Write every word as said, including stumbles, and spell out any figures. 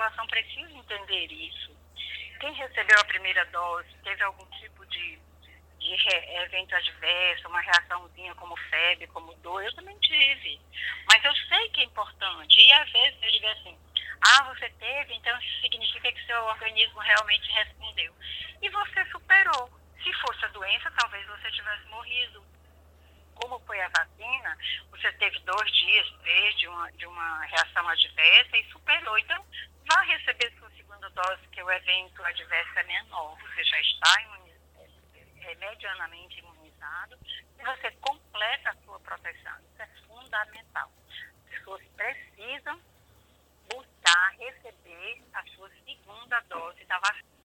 população precisa entender isso. Quem recebeu a primeira dose teve algum tipo de, de re, evento adverso, uma reaçãozinha como febre, como dor, eu também tive. Mas eu sei que é importante. E às vezes eu digo assim, ah, você teve, então isso significa que seu organismo realmente respondeu. E você superou. Se fosse a doença, talvez você tivesse morrido. Como foi a vacina, você teve dois dias, três, de uma, de uma reação adversa e superou. Então, vá receber sua segunda dose, que o evento adverso é menor. Você já está imunizado, é, medianamente imunizado e você completa a sua proteção. Isso é fundamental. As pessoas precisam buscar receber a sua segunda dose da vacina.